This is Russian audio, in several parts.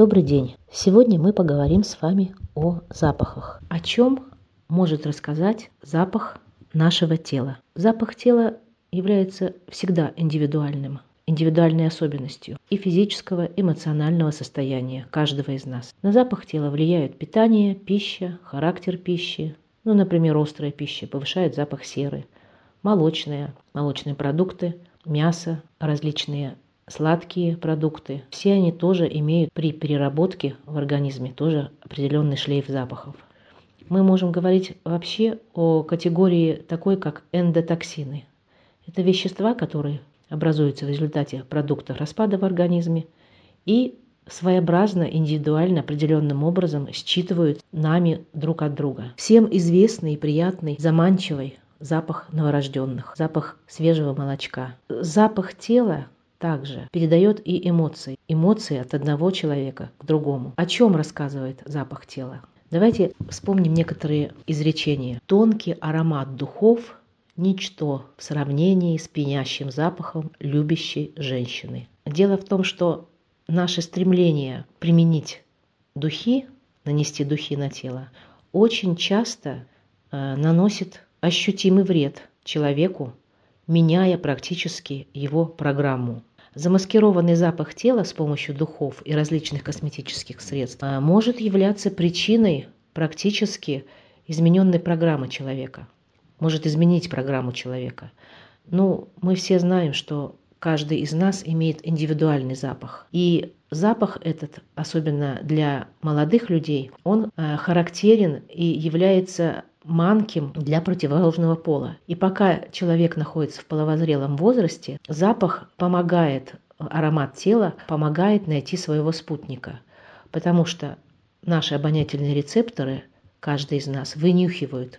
Добрый день! Сегодня мы поговорим с вами о запахах. О чем может рассказать запах нашего тела? Запах тела является всегда индивидуальной особенностью и физического, эмоционального состояния каждого из нас. На запах тела влияют питание, пища, характер пищи. Например, острая пища повышает запах серы, молочные продукты, мясо, различные сладкие продукты. Все они тоже имеют при переработке в организме тоже определенный шлейф запахов. Мы можем говорить вообще о категории такой, как эндотоксины. Это вещества, которые образуются в результате продуктов распада в организме и своеобразно, индивидуально, определенным образом считывают нами друг от друга. Всем известный, приятный, заманчивый запах новорожденных, запах свежего молочка. Запах тела также передает и эмоции от одного человека к другому. О чем рассказывает запах тела? Давайте вспомним некоторые изречения. Тонкий аромат духов – ничто в сравнении с пьянящим запахом любящей женщины. Дело в том, что наше стремление применить духи, нанести духи на тело, очень часто наносит ощутимый вред человеку, меняя практически его программу. Замаскированный запах тела с помощью духов и различных косметических средств может являться причиной практически измененной программы человека, может изменить программу человека. Мы все знаем, что каждый из нас имеет индивидуальный запах. И запах этот, особенно для молодых людей, он характерен и является манким для противоположного пола. И пока человек находится в половозрелом возрасте, запах помогает, аромат тела помогает найти своего спутника. Потому что наши обонятельные рецепторы, каждый из нас, вынюхивают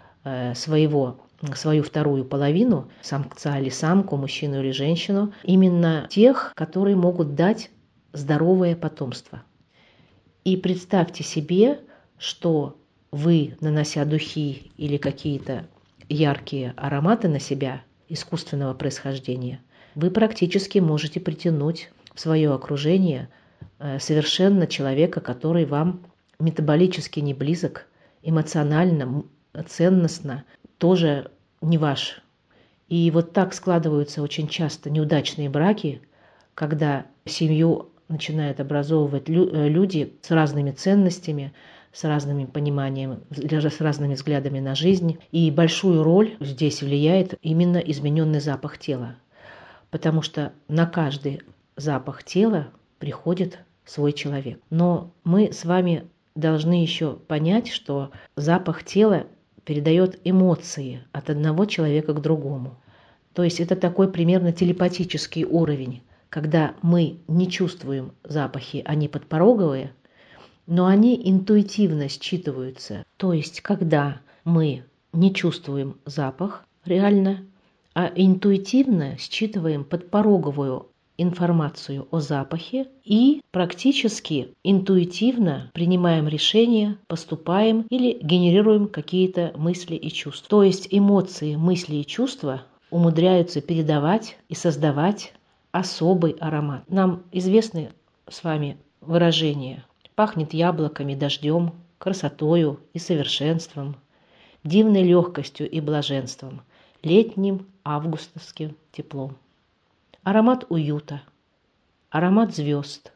свою вторую половину, самца или самку, мужчину или женщину, именно тех, которые могут дать здоровое потомство. И представьте себе, что вы, нанося духи или какие-то яркие ароматы на себя искусственного происхождения, вы практически можете притянуть в свое окружение совершенно человека, который вам метаболически не близок, эмоционально, ценностно тоже не ваш. И вот так складываются очень часто неудачные браки, когда семью начинают образовывать люди с разными ценностями, с разным пониманием, с разными взглядами на жизнь. И большую роль здесь влияет именно измененный запах тела. Потому что на каждый запах тела приходит свой человек. Но мы с вами должны еще понять, что запах тела передает эмоции от одного человека к другому. То есть это такой примерно телепатический уровень, когда мы не чувствуем запахи, они подпороговые, но они интуитивно считываются. То есть когда мы не чувствуем запах реально, а интуитивно считываем подпороговую информацию о запахе и практически интуитивно принимаем решения, поступаем или генерируем какие-то мысли и чувства. То есть эмоции, мысли и чувства умудряются передавать и создавать особый аромат. Нам известны с вами выражения: пахнет яблоками, дождем, красотою и совершенством, дивной легкостью и блаженством, летним августовским теплом. Аромат уюта, аромат звезд.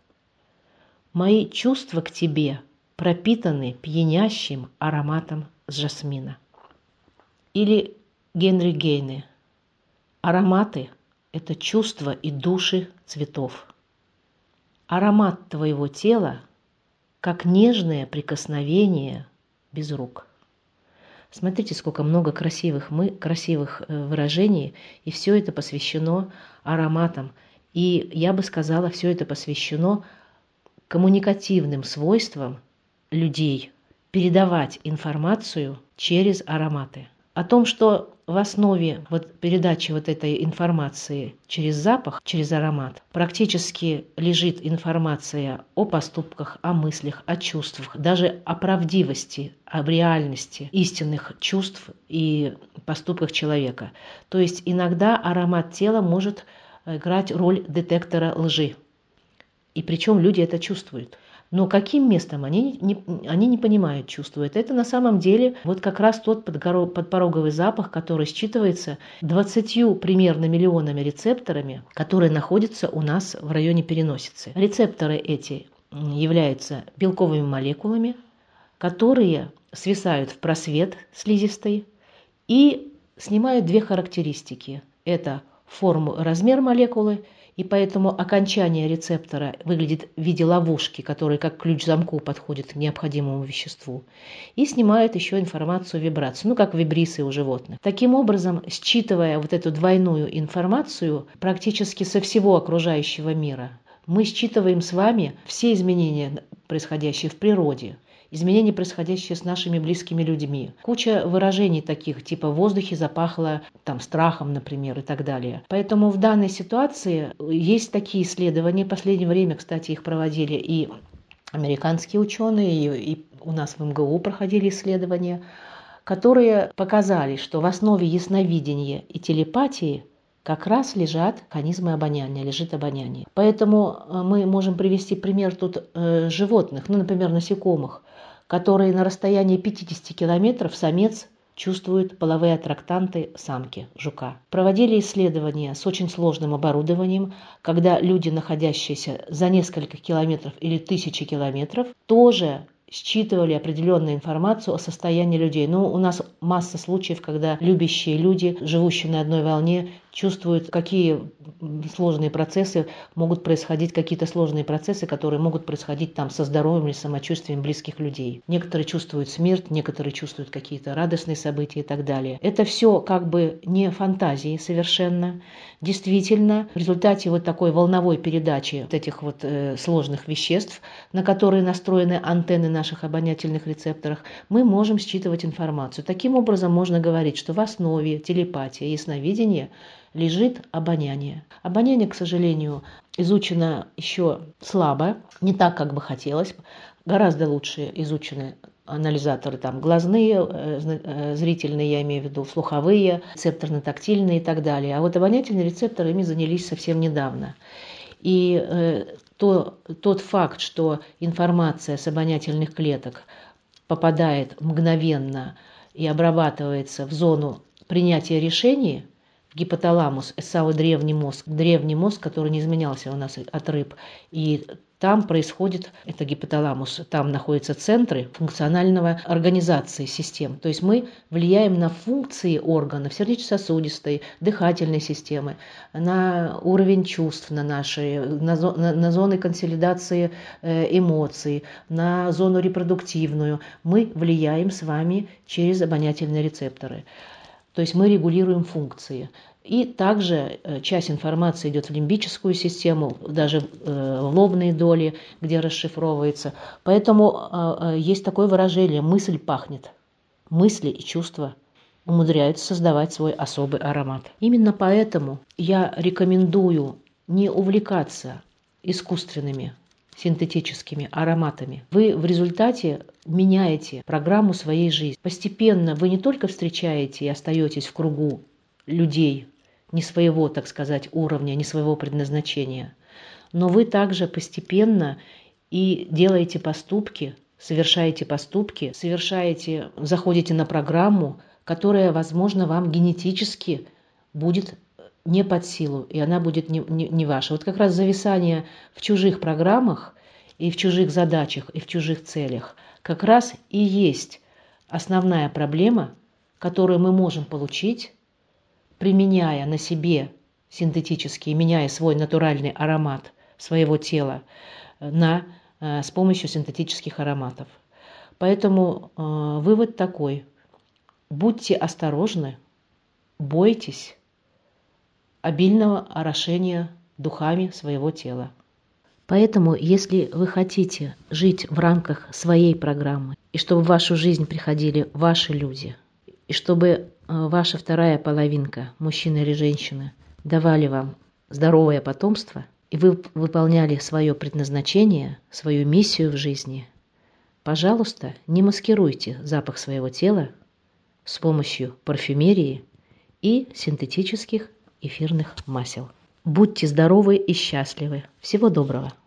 Мои чувства к тебе пропитаны пьянящим ароматом жасмина. Или Генри Гейне: ароматы – это чувства и души цветов. Аромат твоего тела – как нежное прикосновение без рук. Смотрите, сколько много красивых выражений, и все это посвящено ароматам. И я бы сказала, все это посвящено коммуникативным свойствам людей передавать информацию через ароматы. О том, что в основе передачи этой информации через запах, через аромат, практически лежит информация о поступках, о мыслях, о чувствах, даже о правдивости, об реальности истинных чувств и поступках человека. То есть иногда аромат тела может играть роль детектора лжи. И причем люди это чувствуют. Но каким местом они не понимают, чувствуют. Это на самом деле вот как раз тот подпороговый запах, который считывается 20 примерно миллионами рецепторами, которые находятся у нас в районе переносицы. Рецепторы эти являются белковыми молекулами, которые свисают в просвет слизистой и снимают две характеристики. Это форму, размер молекулы, и поэтому окончание рецептора выглядит в виде ловушки, которая как ключ к замку подходит к необходимому веществу, и снимает еще информацию вибрацию, как вибрисы у животных. Таким образом, считывая вот эту двойную информацию практически со всего окружающего мира, мы считываем с вами все изменения, происходящие в природе, изменения, происходящие с нашими близкими людьми. Куча выражений таких, типа в воздухе запахло страхом, например, и так далее. Поэтому в данной ситуации есть такие исследования. В последнее время, кстати, их проводили и американские ученые, и у нас в МГУ проходили исследования, которые показали, что в основе ясновидения и телепатии как раз лежат механизмы обоняния, лежит обоняние. Поэтому мы можем привести пример тут животных, например, насекомых, которые на расстоянии 50 километров самец чувствует половые аттрактанты самки, жука. Проводили исследования с очень сложным оборудованием, когда люди, находящиеся за несколько километров или тысячи километров, тоже считывали определенную информацию о состоянии людей. У нас масса случаев, когда любящие люди, живущие на одной волне, чувствуют, какие сложные процессы могут происходить, какие-то сложные процессы, которые могут происходить со здоровьем или самочувствием близких людей. Некоторые чувствуют смерть, некоторые чувствуют какие-то радостные события и так далее. Это все не фантазии совершенно. Действительно, в результате такой волновой передачи этих сложных веществ, на которые настроены антенны наших обонятельных рецепторов, мы можем считывать информацию. Таким образом, можно говорить, что в основе телепатии и ясновидения лежит обоняние. Обоняние, к сожалению, изучено еще слабо, не так, как бы хотелось. Гораздо лучше изучены анализаторы глазные, зрительные, я имею в виду, слуховые, рецепторно-тактильные и так далее. А обонятельные рецепторы ими занялись совсем недавно. И тот факт, что информация с обонятельных клеток попадает мгновенно и обрабатывается в зону принятия решений, в гипоталамус, самый древний мозг, который не изменялся у нас от рыб, и там происходит, это гипоталамус, там находятся центры функционального организации систем. То есть мы влияем на функции органов сердечно-сосудистой, дыхательной системы, на уровень чувств, на зоны консолидации эмоций, на зону репродуктивную. Мы влияем с вами через обонятельные рецепторы. То есть мы регулируем функции. И также часть информации идет в лимбическую систему, даже в лобные доли, где расшифровывается. Поэтому есть такое выражение «мысль пахнет». Мысли и чувства умудряются создавать свой особый аромат. Именно поэтому я рекомендую не увлекаться искусственными синтетическими ароматами. Вы в результате меняете программу своей жизни. Постепенно вы не только встречаете и остаетесь в кругу людей не своего, так сказать, уровня, не своего предназначения, но вы также постепенно и делаете поступки, заходите на программу, которая, возможно, вам генетически будет не под силу, и она будет не ваша. Как раз зависание в чужих программах и в чужих задачах, и в чужих целях как раз и есть основная проблема, которую мы можем получить, применяя на себе синтетически, меняя свой натуральный аромат своего тела с помощью синтетических ароматов. Поэтому вывод такой: будьте осторожны, бойтесь обильного орошения духами своего тела. Поэтому, если вы хотите жить в рамках своей программы, и чтобы в вашу жизнь приходили ваши люди, и чтобы ваша вторая половинка, мужчина или женщина, давали вам здоровое потомство, и вы выполняли свое предназначение, свою миссию в жизни, пожалуйста, не маскируйте запах своего тела с помощью парфюмерии и синтетических эфирных масел. Будьте здоровы и счастливы. Всего доброго.